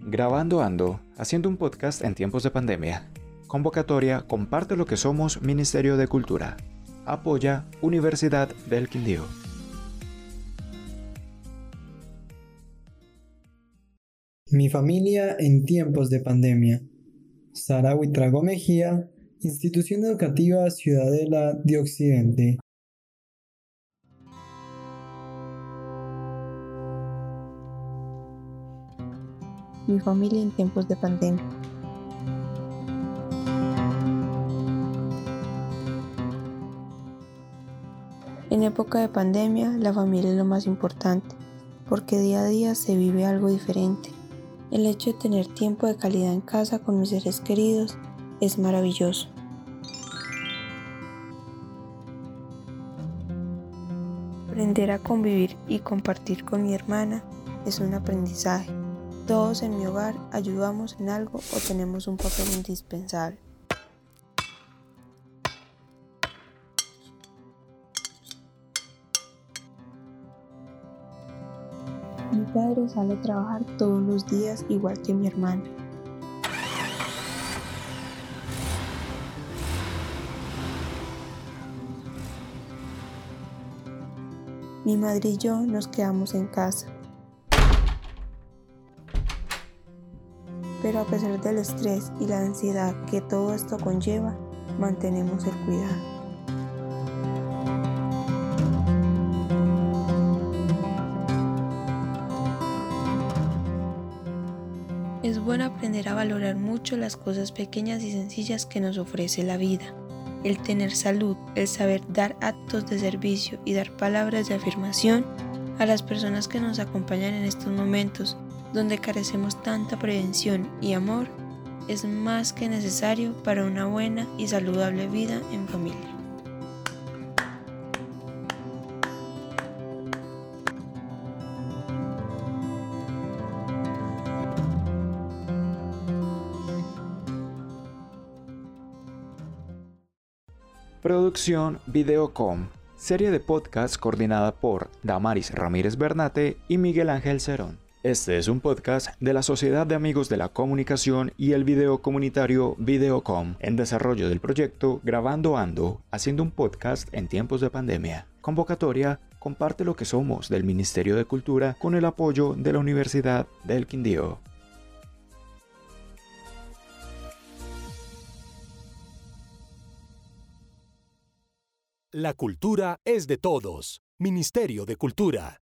Grabando ando, haciendo un podcast en tiempos de pandemia. Convocatoria Comparte lo que somos Ministerio de Cultura. Apoya Universidad del Quindío. Mi familia en tiempos de pandemia. Sara Huitrago Mejía, Institución Educativa Ciudadela de Occidente. Mi familia en tiempos de pandemia. En época de pandemia, la familia es lo más importante, porque día a día se vive algo diferente. El hecho de tener tiempo de calidad en casa con mis seres queridos es maravilloso. Aprender a convivir y compartir con mi hermana es un aprendizaje. Todos en mi hogar ayudamos en algo o tenemos un papel indispensable. Mi padre sale a trabajar todos los días igual que mi hermana. Mi madre y yo nos quedamos en casa. Pero a pesar del estrés y la ansiedad que todo esto conlleva, mantenemos el cuidado. Es bueno aprender a valorar mucho las cosas pequeñas y sencillas que nos ofrece la vida. El tener salud, el saber dar actos de servicio y dar palabras de afirmación a las personas que nos acompañan en estos momentos donde carecemos tanta prevención y amor, es más que necesario para una buena y saludable vida en familia. Producción Videocom, serie de podcast coordinada por Damaris Ramírez Bernate y Miguel Ángel Cerón. Este es un podcast de la Sociedad de Amigos de la Comunicación y el Video Comunitario Videocom, en desarrollo del proyecto Grabando Ando, haciendo un podcast en tiempos de pandemia. Convocatoria Comparte lo que somos del Ministerio de Cultura con el apoyo de la Universidad del Quindío. La cultura es de todos. Ministerio de Cultura.